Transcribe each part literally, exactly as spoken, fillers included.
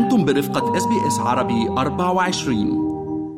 أنتم برفقة إس بي إس عربي أربعة وعشرين.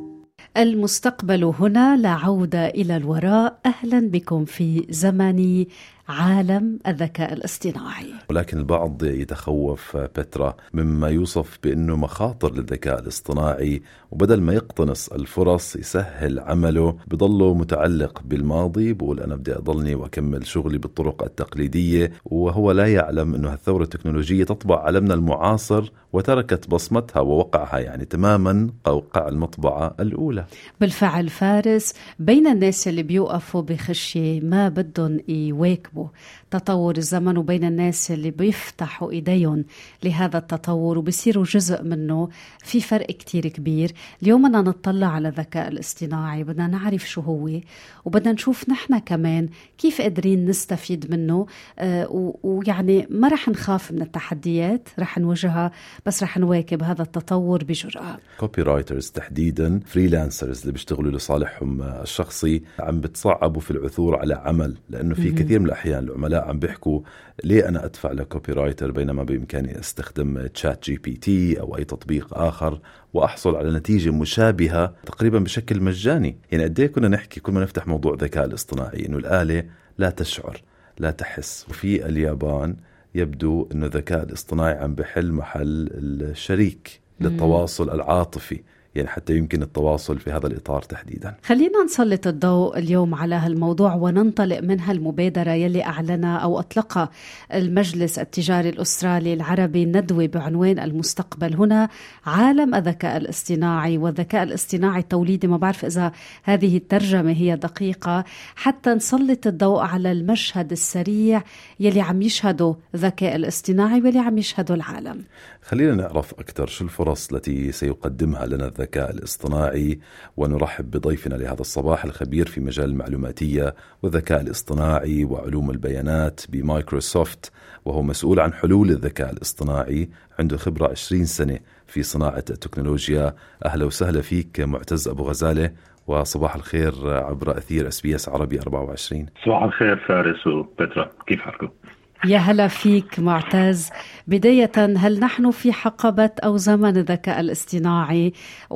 المستقبل هنا، لا عودة إلى الوراء. أهلا بكم في زمن عالم الذكاء الاصطناعي. ولكن البعض يتخوف بترا مما يوصف بأنه مخاطر للذكاء الاصطناعي، وبدل ما يقتنص الفرص يسهل عمله بضله متعلق بالماضي، بقول أنا بدي أضلني وأكمل شغلي بالطرق التقليدية، وهو لا يعلم أنه الثورة التكنولوجية تطبع عالمنا المعاصر وتركت بصمتها ووقعها يعني تماما قوقع المطبعة الأولى. بالفعل فارس، بين الناس اللي بيوقفوا بخشية ما بدهم يواكبوا تطور الزمن، وبين الناس اللي بيفتحوا إيديهم لهذا التطور وبيصيروا جزء منه، في فرق كتير كبير. اليوم بدنا نطلع على الذكاء الاصطناعي، بدنا نعرف شو هو، وبدنا نشوف نحن كمان كيف قادرين نستفيد منه. آه ويعني ما رح نخاف من التحديات، رح نواجهها، بس رح نواكب هذا التطور بجرأة. كوبي رايترز تحديدا، فريلانسرز اللي بيشتغلوا لصالحهم الشخصي، عم بتصعبوا في العثور على عمل، لأنه في كثير من الأحيان العملاء عم بيحكوا ليه أنا أدفع لكوبي رايتر بينما بإمكاني أستخدم تشات جي بي تي أو أي تطبيق آخر وأحصل على نتيجة مشابهة تقريبا بشكل مجاني. يعني قد ايه كنا نحكي كل ما نفتح موضوع الذكاء الاصطناعي إنه الآلة لا تشعر لا تحس. وفي اليابان يبدو إنه الذكاء الاصطناعي عم بحل محل الشريك للتواصل العاطفي، يعني حتى يمكن التواصل في هذا الإطار تحديدا. خلينا نسلط الضوء اليوم على هالموضوع وننطلق من هالمبادرة يلي أعلنها أو أطلقها المجلس التجاري الأسترالي العربي، ندوة بعنوان المستقبل هنا، عالم الذكاء الاصطناعي والذكاء الاصطناعي التوليدي. ما بعرف إذا هذه الترجمة هي دقيقة، حتى نسلط الضوء على المشهد السريع يلي عم يشهده الذكاء الاصطناعي واللي عم يشهده العالم. خلينا نعرف أكثر شو الفرص التي سيقدمها لنا الذكاء الاصطناعي، ونرحب بضيفنا لهذا الصباح الخبير في مجال المعلوماتية والذكاء الاصطناعي وعلوم البيانات بمايكروسوفت، وهو مسؤول عن حلول الذكاء الاصطناعي، عنده خبرة عشرين سنة في صناعة التكنولوجيا. أهلا وسهلا فيك معتز أبو غزالة، وصباح الخير عبر أثير اس بي اس عربي أربعة وعشرين. صباح الخير فارس وبترا، كيف حالكم؟ يا هلا فيك معتز. بداية، هل نحن في حقبة أو زمن الذكاء الاصطناعي،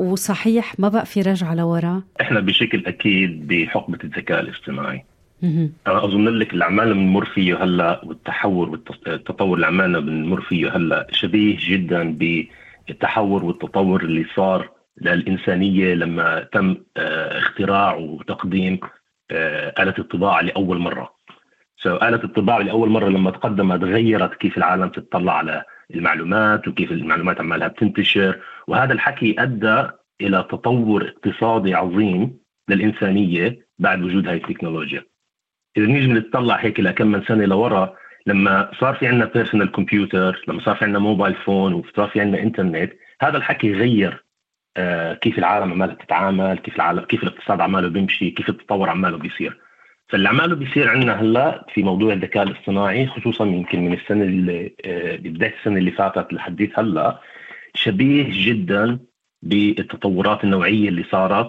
وصحيح ما بقى في رجعة لورا؟ احنا بشكل أكيد بحقبة الذكاء الاصطناعي. أنا أظن لك الأعمال بنمر فيه هلا، والتحور والتطور اللي عمالنا بنمر فيه هلا شبيه جدا بالتحور والتطور اللي صار للإنسانية لما تم اختراع وتقديم آلة الطباعة لأول مرة. آلة الطباعة لأول مرة لما تقدمت غيرت كيف العالم تطلع على المعلومات وكيف المعلومات عمالها بتنتشر، وهذا الحكي أدى إلى تطور اقتصادي عظيم للإنسانية بعد وجود هاي التكنولوجيا. إذا نيجي نتطلع هيك لكم من سنة لورا، لما صار في عنا بيرسونال كمبيوتر، لما صار في عنا موبايل فون، وصار في عنا إنترنت، هذا الحكي غير آه كيف العالم عمالها تتعامل، كيف العالم كيف الاقتصاد عماله بيمشي، كيف التطور عماله بيصير. فاللي عماله بيصير عندنا هلا في موضوع الذكاء الاصطناعي، خصوصا يمكن من السنه اللي بدايه السنه اللي فاتت لحديت هلا، شبيه جدا بالتطورات النوعيه اللي صارت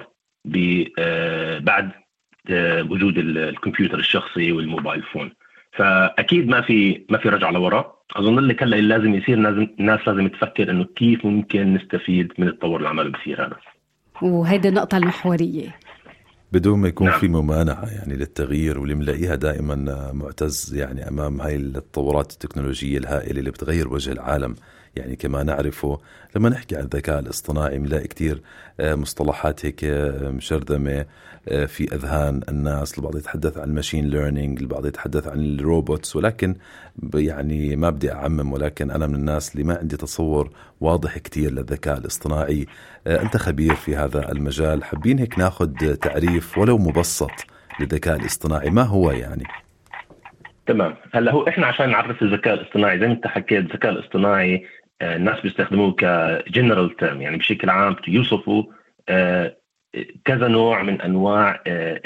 بعد وجود الكمبيوتر الشخصي والموبايل فون. فاكيد ما في ما في رجعه لورا. اظن اللي هلا اللي لازم يصير، لازم الناس لازم تفكر انه كيف ممكن نستفيد من التطور اللي عماله بيصير هذا، وهيدي النقطه المحوريه بدون ما يكون نعم. في ممانعة يعني للتغيير، واللي ملاقيها دائما معتز يعني أمام هاي التطورات التكنولوجية الهائلة اللي بتغير وجه العالم. يعني كما نعرفه لما نحكي عن الذكاء الاصطناعي بنلاقي كتير مصطلحات هيك مشرذمة في أذهان الناس. البعض يتحدث عن الماشين ليرنينج، البعض يتحدث عن الروبوتس، ولكن يعني ما بدي أعمم، ولكن أنا من الناس اللي ما عندي تصور واضح كتير للذكاء الاصطناعي. أنت خبير في هذا المجال، حابين هيك ناخد تعريف ولو مبسط للذكاء الاصطناعي، ما هو يعني؟ تمام. هلا هو إحنا عشان نعرف الذكاء الاصطناعي زي ما أنت حكيت، الذكاء الاصطناعي الناس بيستخدموه كجنرال تيرم، يعني بشكل عام يوصفوا كذا نوع من أنواع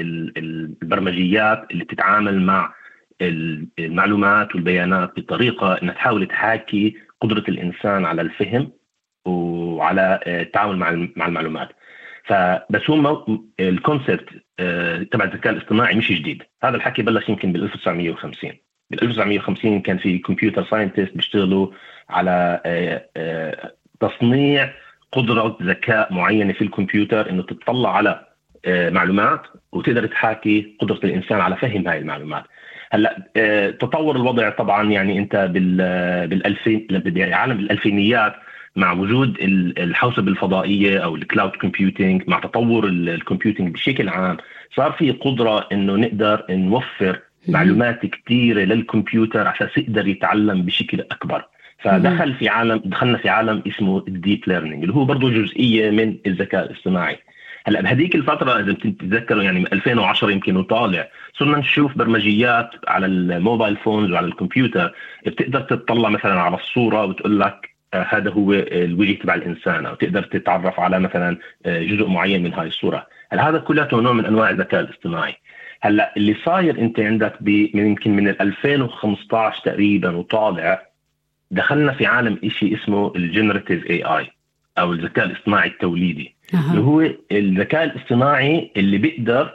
البرمجيات اللي بتتعامل مع المعلومات والبيانات بطريقة أنها تحاول تحاكي قدرة الإنسان على الفهم وعلى التعامل مع المعلومات. فبس هو الكونسبت تبع الذكاء الاصطناعي مش جديد. هذا الحكي بلش يمكن بال ألف وتسعمية وخمسين. بال ألف وتسعمية وخمسين كان في كمبيوتر ساينتست بيشتغلوا على تصنيع قدرة ذكاء معينة في الكمبيوتر إنه تطلع على معلومات وتقدر تحاكي قدرة الإنسان على فهم هاي المعلومات. هلا تطور الوضع طبعا، يعني أنت بالألفين بعالم الألفينيات مع وجود الحوسبة الفضائية أو الكلاود كومبيوتينج، مع تطور الكمبيوتينج بشكل عام، صار في قدرة إنه نقدر نوفر معلومات كثيرة للكمبيوتر عشان يقدر يتعلم بشكل أكبر. فدخل في عالم دخلنا في عالم اسمه الديب ليرنينج اللي هو برضه جزئية من الذكاء الاصطناعي. هلا بهديك الفترة إذا بتتذكروا يعني من ألفين وعشرة يمكن وطالع، صرنا نشوف برمجيات على الموبايل فونز وعلى الكمبيوتر بتقدر تطلع مثلا على الصورة وتقول لك هذا هو الوجه تبع الإنسان، أو تقدر تتعرف على مثلا جزء معين من هاي الصورة. هلا هذا كله نوع من أنواع الذكاء الاصطناعي. هلا اللي صاير أنت عندك من يمكن من ألفين وخمسة عشر تقريبا وطالع، دخلنا في عالم إشي اسمه الجنراتيف اي اي أو الذكاء الاصطناعي التوليدي. اللي هو الذكاء الاصطناعي اللي بيقدر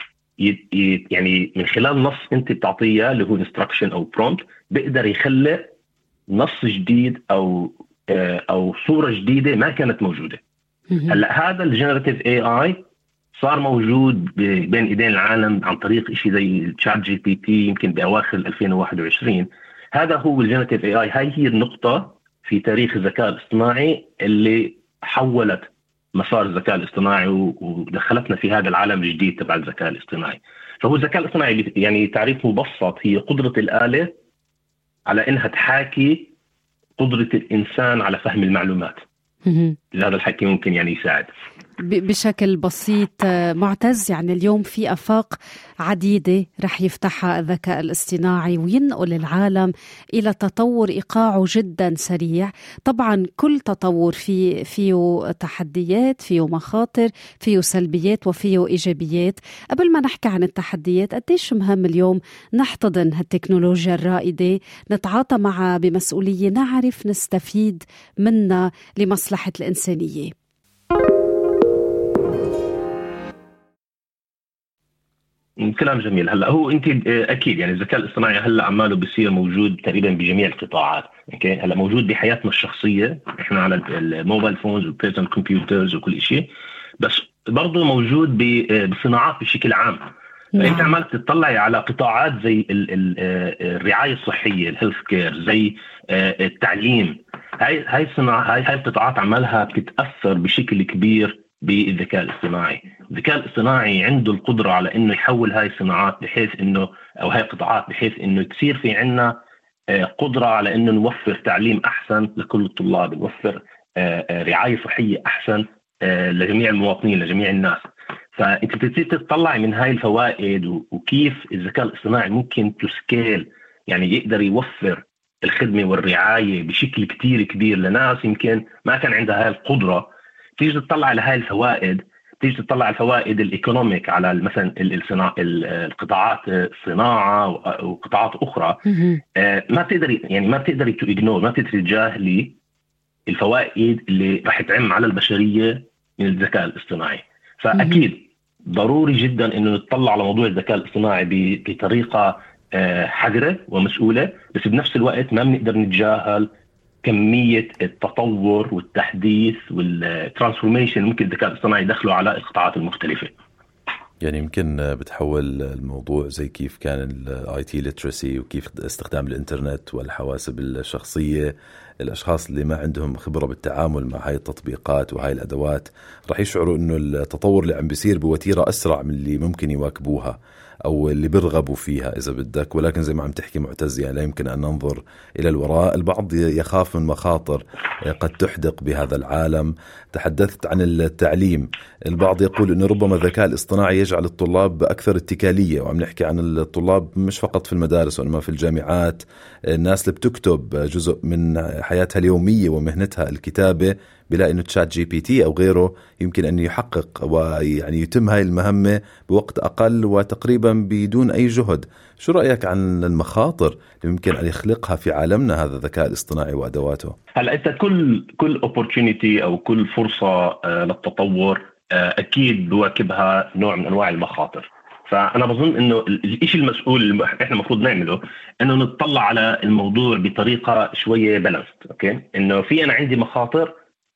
يت يعني من خلال نص انت بتعطيه اللي هو instruction او prompt بيقدر يخلق نص جديد او او صورة جديدة ما كانت موجودة. هلا هذا الجنراتيف اي اي صار موجود بين ايدين العالم عن طريق شيء زي تشات جي بي تي يمكن باواخر ألفين وواحد وعشرين. هذا هو الجنراتيف اي اي. هاي هي النقطة في تاريخ الذكاء الاصطناعي اللي حولت مسار الذكاء الاصطناعي ودخلتنا في هذا العالم الجديد تبع الذكاء الاصطناعي. فهو الذكاء الاصطناعي يعني تعريف مبسط هي قدرة الآلة على إنها تحاكي قدرة الإنسان على فهم المعلومات. هذا الحكي ممكن يعني يساعد بشكل بسيط. معتز، يعني اليوم في آفاق عديدة رح يفتحها الذكاء الاصطناعي وينقل العالم إلى تطور إيقاعه جدا سريع. طبعا كل تطور فيه, فيه تحديات، فيه مخاطر، فيه سلبيات وفيه إيجابيات. قبل ما نحكي عن التحديات، قديش مهم اليوم نحتضن هالتكنولوجيا الرائدة، نتعاطى معها بمسؤولية، نعرف نستفيد منها لمصلحة الإنسانية. كلام جميل. هلا هو انت اكيد يعني الذكاء الاصطناعي هلا عماله بيصير موجود تقريبا بجميع القطاعات. اوكي هلا موجود بحياتنا الشخصيه، احنا على الموبايل فونز والبيرسونال كمبيوترز وكل شيء، بس برضه موجود بالصناعات بشكل عام. فانت عمال تطلعي على قطاعات زي الرعايه الصحيه الهيلث كير، زي التعليم. هاي هاي الصناعات هاي هاي القطاعات عمالها بتتاثر بشكل كبير بالذكاء الاصطناعي. الذكاء الاصطناعي عنده القدرة على انه يحول هاي الصناعات بحيث انه او هاي القطاعات بحيث انه تصير في عنا قدرة على انه نوفر تعليم احسن لكل الطلاب، نوفر رعاية صحية احسن لجميع المواطنين، لجميع الناس. فانت بتصير تطلع من هاي الفوائد وكيف الذكاء الاصطناعي ممكن تسكيل، يعني يقدر يوفر الخدمة والرعاية بشكل كتير كبير لناس يمكن ما كان عندها هاي القدرة. تيجي تطلع على هاي الفوائد، تيجي تطلع على الفوائد الايكونوميك على مثلا الصناعه، القطاعات الصناعه وقطاعات اخرى، ما تقدري يعني ما بتقدري تو اجنور، ما بتقدري تجاهلي الفوائد اللي راح تعم على البشريه من الذكاء الاصطناعي. فاكيد ضروري جدا انه نطلع على موضوع الذكاء الاصطناعي بطريقه حذره ومسؤوله، بس بنفس الوقت ما بنقدر نتجاهل كمية التطور والتحديث والترانسفورميشن ممكن الذكاء الاصطناعي يدخله على القطاعات المختلفة. يعني يمكن بتحول الموضوع زي كيف كان الاي تي ليترسي وكيف استخدام الانترنت والحواسب الشخصية. الأشخاص اللي ما عندهم خبرة بالتعامل مع هاي التطبيقات وهاي الأدوات رح يشعروا إنه التطور اللي عم بيصير بوتيرة أسرع من اللي ممكن يواكبوها أو اللي بيرغبوا فيها إذا بدك. ولكن زي ما عم تحكي معتز، يعني لا يمكن أن ننظر إلى الوراء. البعض يخاف من مخاطر قد تحدق بهذا العالم. تحدثت عن التعليم، البعض يقول إنه ربما الذكاء الاصطناعي يجعل الطلاب أكثر اتكالية، وعم نحكي عن الطلاب مش فقط في المدارس وإنما في الجامعات. الناس اللي بتكتب جزء من حياتها اليومية ومهنتها الكتابة، بلا إنه تشات جي بي تي أو غيره يمكن أن يحقق ويعني يتم هاي المهمة بوقت أقل وتقريبا بدون أي جهد. شو رأيك عن المخاطر اللي ممكن أن يخلقها في عالمنا هذا الذكاء الاصطناعي وأدواته؟ هلا أنت كل كل opportunity أو كل فرصة للتطور أكيد بواكبها نوع من أنواع المخاطر. فأنا بظن إنه الإشي المسؤول اللي إحنا المفروض نعمله إنه نطلع على الموضوع بطريقة شوية بالانسد. أوكي، إنه في أنا عندي مخاطر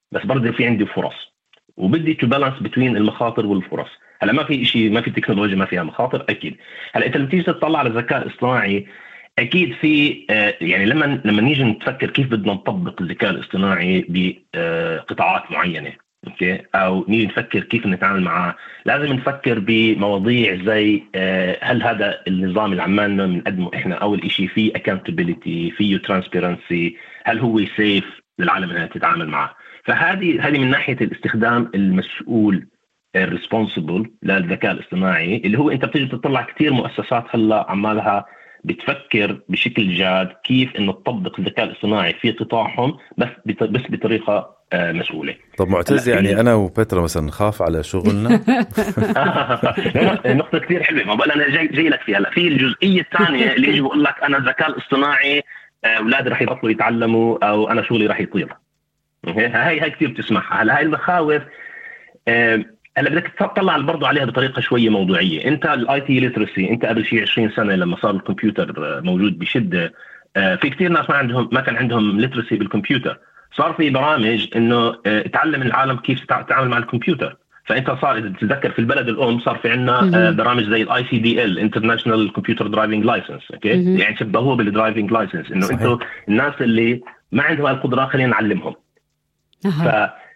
بس برضه في عندي فرص، وبدي تو بالانس بين المخاطر والفرص. هلا ما في شيء، ما في تكنولوجيا ما فيها مخاطر اكيد. هلا انت لما تيجي تطلع على الذكاء الاصطناعي اكيد في يعني لما لما نيجي نفكر كيف بدنا نطبق الذكاء الاصطناعي بقطاعات معينه، اوكي، او نيجي نفكر كيف نتعامل معاه، لازم نفكر بمواضيع زي هل هذا النظام اللي عمالنا بنقدمه احنا اول شيء فيه accountability، فيه transparency، هل هو سيف للعالم انها تتعامل معه. فهذه هذه من ناحيه الاستخدام المسؤول الريسبونسبل للذكاء الاصطناعي، اللي هو انت بتيجي تطلع كثير مؤسسات هلا عمالها بتفكر بشكل جاد كيف انه تطبق الذكاء الاصطناعي في قطاعهم، بس بس بطريقه مسؤوله. طب معتز، يعني انا وبترا مثلا نخاف على شغلنا؟ نقطه كثير حلوه، ما بقول انا جاي جاي لك فيها. هلا في الجزئيه الثانيه اللي يجي بقول لك انا الذكاء الاصطناعي اولادي راح يبطلوا يتعلموا او انا شغلي راح يطير. هاي هاي كثير بتسمعها. هلا هاي المخاوف هلا بدك تطلع برضه عليها بطريقه شويه موضوعيه. انت الاي تي ليترسي، انت قبل شيء عشرين سنه لما صار الكمبيوتر موجود بشده، في كثير ناس ما عندهم ما كان عندهم ليترسي بالكمبيوتر. صار في برامج انه تعلم العالم كيف تتعامل مع الكمبيوتر. فانت صار اذا تتذكر في البلد الام صار في عندنا برامج زي الاي سي دي ال انترناشونال كمبيوتر درايفنج لايسنس، اوكي، يعني شبهوه بالدرايفنج لايسنس، انه انتم الناس اللي ما عندهم القدره خلينا نعلمهم. ف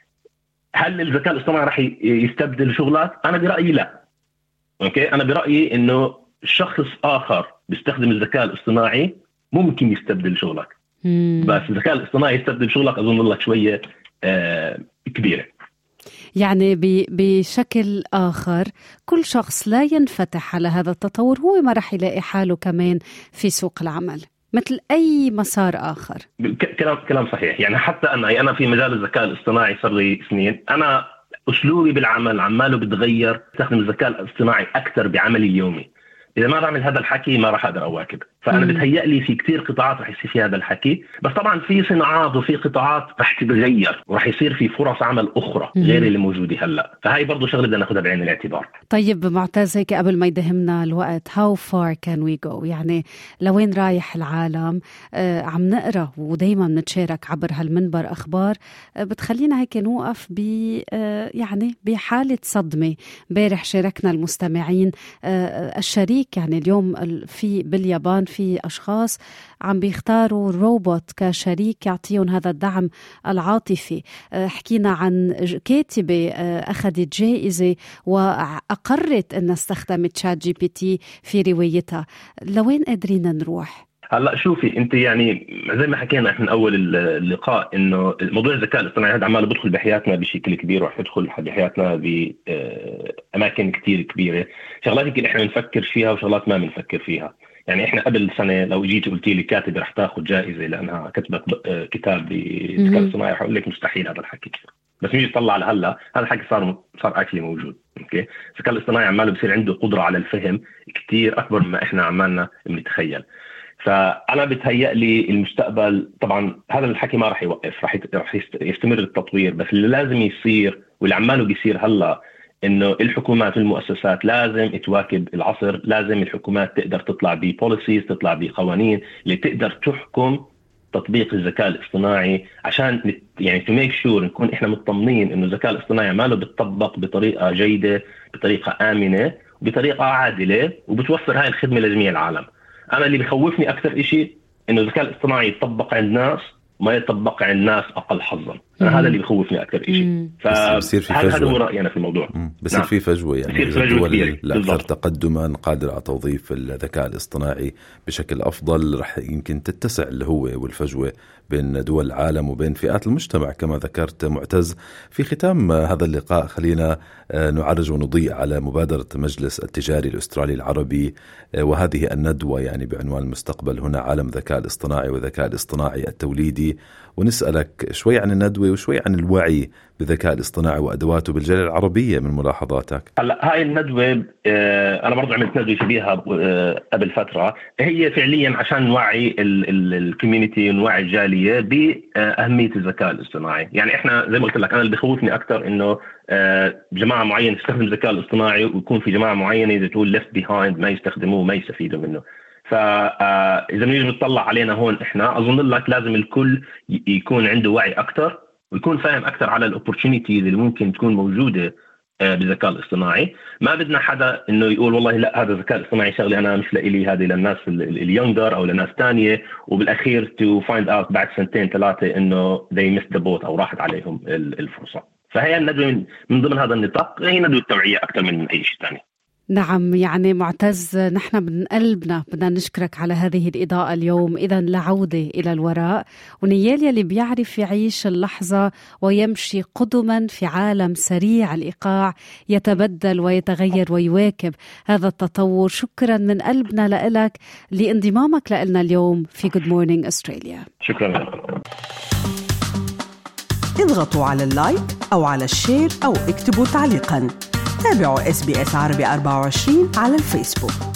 هل الذكاء الاصطناعي راح يستبدل شغلات؟ انا برايي لا. اوكي، انا برايي انه شخص اخر بيستخدم الذكاء الاصطناعي ممكن يستبدل شغلك. مم. بس الذكاء الاصطناعي يستبدل شغلك اظن لك شويه آه كبيره. يعني بشكل آخر كل شخص لا ينفتح على هذا التطور هو ما راح يلاقي حاله كمان في سوق العمل مثل أي مسار آخر. كلام كلام صحيح. يعني حتى أنا أنا في مجال الذكاء الاصطناعي صار لي سنين، أنا أسلوبي بالعمل عماله بتغير، استخدم الذكاء الاصطناعي أكثر بعملي اليومي. إذا ما بعمل هذا الحكي ما راح أقدر أواكب. فأنا بتهيأ لي في كتير قطاعات راح يصير في هذا الحكي، بس طبعا في صناعات وفي قطاعات راح تتغير وراح يصير في فرص عمل أخرى غير اللي موجودة هلا. فهاي برضو شغلة بدنا ناخدها بعين الاعتبار. طيب معتز، هيك قبل ما يدهمنا الوقت، how far can we go؟ يعني لوين رايح العالم؟ آه عم نقرأ ودايما نتشارك عبر هالمنبر أخبار آه بتخلينا هيك نوقف ب آه يعني بحالة صدمة. بارح شاركنا المستمعين آه الشريك، يعني اليوم في باليابان في أشخاص عم بيختاروا الروبوت كشريك يعطيهم هذا الدعم العاطفي. حكينا عن كاتبة أخذت جائزة وأقرت أن استخدمت شات جي بي تي في روايتها. لوين قادرين نروح؟ هلا شوفي انت، يعني زي ما حكينا احنا اول اللقاء انه موضوع الذكاء الاصطناعي هذا عماله بدخل بحياتنا بشكل كبير، وراح يدخل بحياتنا باماكن كتير كبيره. شغلات يمكن احنا نفكر فيها وشغلات ما بنفكر فيها. يعني احنا قبل سنه لو جيت قلت لي كاتب رح تاخذ جائزه لانها كتبت كتاب بالذكاء الاصطناعي، رح اقول لك مستحيل هذا الحكي. بس نيجي نطلع على هلا هذا الحكي صار صار اكلي موجود. اوكي، الذكاء الاصطناعي عماله بصير عنده قدره على الفهم كتير اكبر مما احنا عمالنا بنتخيل. فأنا بتهيأ لي المستقبل طبعا هذا الحكي ما راح يوقف، راح راح يستمر التطوير. بس اللي لازم يصير واللي عماله بيصير هلا إنه الحكومات والمؤسسات لازم تواكب العصر. لازم الحكومات تقدر تطلع ببوليسيز، تطلع بقوانين اللي تقدر تحكم تطبيق الذكاء الاصطناعي، عشان يعني to make sure نكون إحنا مطمنين إنه الذكاء الاصطناعي عماله بتطبق بطريقة جيدة، بطريقة آمنة، بطريقة عادلة، وبتوفر هاي الخدمة لجميع العالم. أنا اللي بيخوفني أكثر إشي إنه الذكاء الاصطناعي يطبق عند ناس ما يطبق عند ناس أقل حظاً. أنا هذا اللي بيخوفني أكثر إشي. فهذا هو رأيي أنا في الموضوع. بس نعم. في فجوة، يعني الدول الأكثر تقدماً قادرة على توظيف الذكاء الاصطناعي بشكل أفضل رح يمكن تتسع الهوة والفجوة بين دول العالم وبين فئات المجتمع كما ذكرت معتز. في ختام هذا اللقاء خلينا نعرج ونضيء على مبادرة مجلس التجاري الأسترالي العربي وهذه الندوة يعني بعنوان المستقبل هنا عالم الذكاء الاصطناعي والذكاء الاصطناعي التوليدي، ونسألك شوي عن الندوة وشوي عن الوعي بالذكاء الاصطناعي وأدواته بالجالية العربية من ملاحظاتك. هلا هاي الندوة آه أنا برضو عملت ندوة شبيهة آه قبل فترة، هي فعليا عشان نوعي الكوميونيتي ونوعي الجالية بأهمية الذكاء الاصطناعي. يعني إحنا زي ما قلت لك أنا اللي بخوفني أكتر إنه آه جماعة معينة تستخدم الذكاء الاصطناعي ويكون في جماعة معينة إذا تقول left behind ما يستخدموه ما يستفيدوا منه. فإذا نيجي نطلع علينا هون إحنا أظن لك لازم الكل يكون عنده وعي أكتر ويكون فاهم أكثر على الأوبورتونيتي اللي ممكن تكون موجودة بالذكاء الاصطناعي. ما بدنا حدا إنه يقول والله لا هذا الذكاء الاصطناعي شغلي أنا مش لاقي لي، هذه للناس اليونجر أو لناس تانية، وبالأخير to find out بعد سنتين ثلاثة إنه they missed the boat أو راحت عليهم الفرصة. فهي الندوة من ضمن هذا النطاق هي ندوة توعية أكثر من أي شيء ثاني. نعم، يعني معتز نحن من قلبنا بدنا نشكرك على هذه الإضاءة اليوم. إذا لعودة إلى الوراء، ونيال يلي بيعرف يعيش اللحظة ويمشي قدما في عالم سريع الإيقاع يتبدل ويتغير ويواكب هذا التطور. شكرا من قلبنا لك لانضمامك لنا اليوم في Good Morning Australia. شكرا. اضغطوا على اللايك أو على الشير أو اكتبوا تعليقا. تابعوا إس بي إس عربي أربعة وعشرين على الفيسبوك.